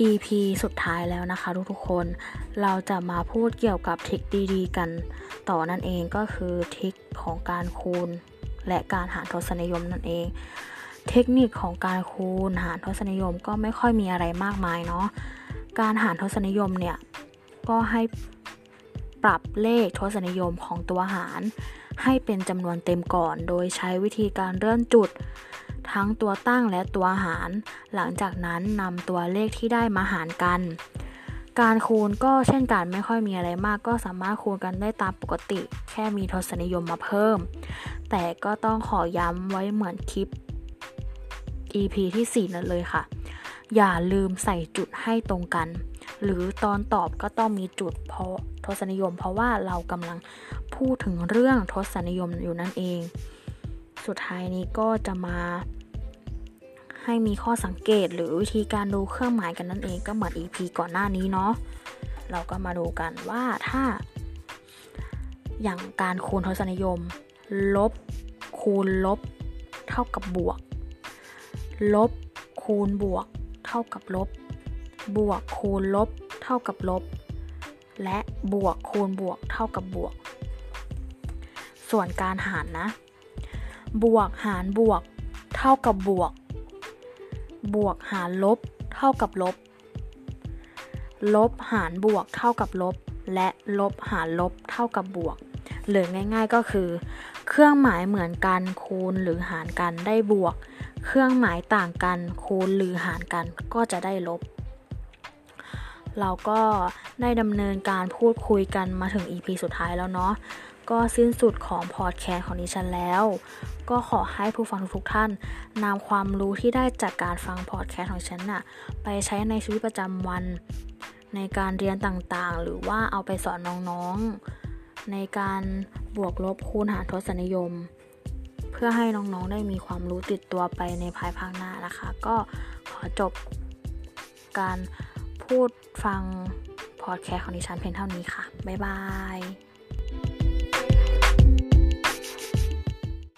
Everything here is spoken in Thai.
EP สุดท้ายแล้วนะคะทุกๆคนเราจะมาพูดเกี่ยวกับทริคดีๆกันต่อนั่นเองก็คือทริคของการคูณและการหารทศนิยมนั่นเองเทคนิคของการคูณหารทศนิยมก็ไม่ค่อยมีอะไรมากมายเนาะการหารทศนิยมเนี่ยก็ให้ปรับเลขทศนิยมของตัวหารให้เป็นจำนวนเต็มก่อนโดยใช้วิธีการเลื่อนจุดทั้งตัวตั้งและตัวหารหลังจากนั้นนำตัวเลขที่ได้มาหารกันการคูณก็เช่นกันไม่ค่อยมีอะไรมากก็สามารถคูณกันได้ตามปกติแค่มีทศนิยมมาเพิ่มแต่ก็ต้องขอย้ำไว้เหมือนคลิป EP ที่4นั่นเลยค่ะอย่าลืมใส่จุดให้ตรงกันหรือตอนตอบก็ต้องมีจุดเพราะทศนิยมเพราะว่าเรากำลังพูดถึงเรื่องทศนิยมอยู่นั่นเองสุดท้ายนี้ก็จะมาให้มีข้อสังเกตหรือวิธีการดูเครื่องหมายกันนั่นเองก็เหมือน EP ก่อนหน้านี้เนาะเราก็มาดูกันว่าถ้าอย่างการคูณทศนิยมลบคูณลบเท่ากับบวกลบคูณบวกเท่ากับลบบวกคูณลบเท่ากับลบและบวกคูณบวกเท่ากับบวกส่วนการหารนะบวกหารบวกเท่ากับบวกบวกหารลบเท่ากับลบลบหารบวกเท่ากับลบและลบหารลบเท่ากับบวกหรือง่ายๆก็คือเครื่องหมายเหมือนกันคูณหรือหารกันได้บวกเครื่องหมายต่างกันคูณหรือหารกันก็จะได้ลบเราก็ได้ดำเนินการพูดคุยกันมาถึง EP สุดท้ายแล้วเนาะก็สิ้นสุดของพอดแคสต์ของดิฉันแล้วก็ขอให้ผู้ฟังทุกท่านนำความรู้ที่ได้จากการฟังพอดแคสต์ของฉันน่ะไปใช้ในชีวิตประจำวันในการเรียนต่างๆหรือว่าเอาไปสอนน้องๆในการบวกลบคูณหารทศนิยมเพื่อให้น้องๆได้มีความรู้ติดตัวไปในภายภาคหน้านะคะก็ขอจบการพูดฟังพอดแคสต์ของดิฉันเพียงเท่านี้ค่ะบ๊ายบาย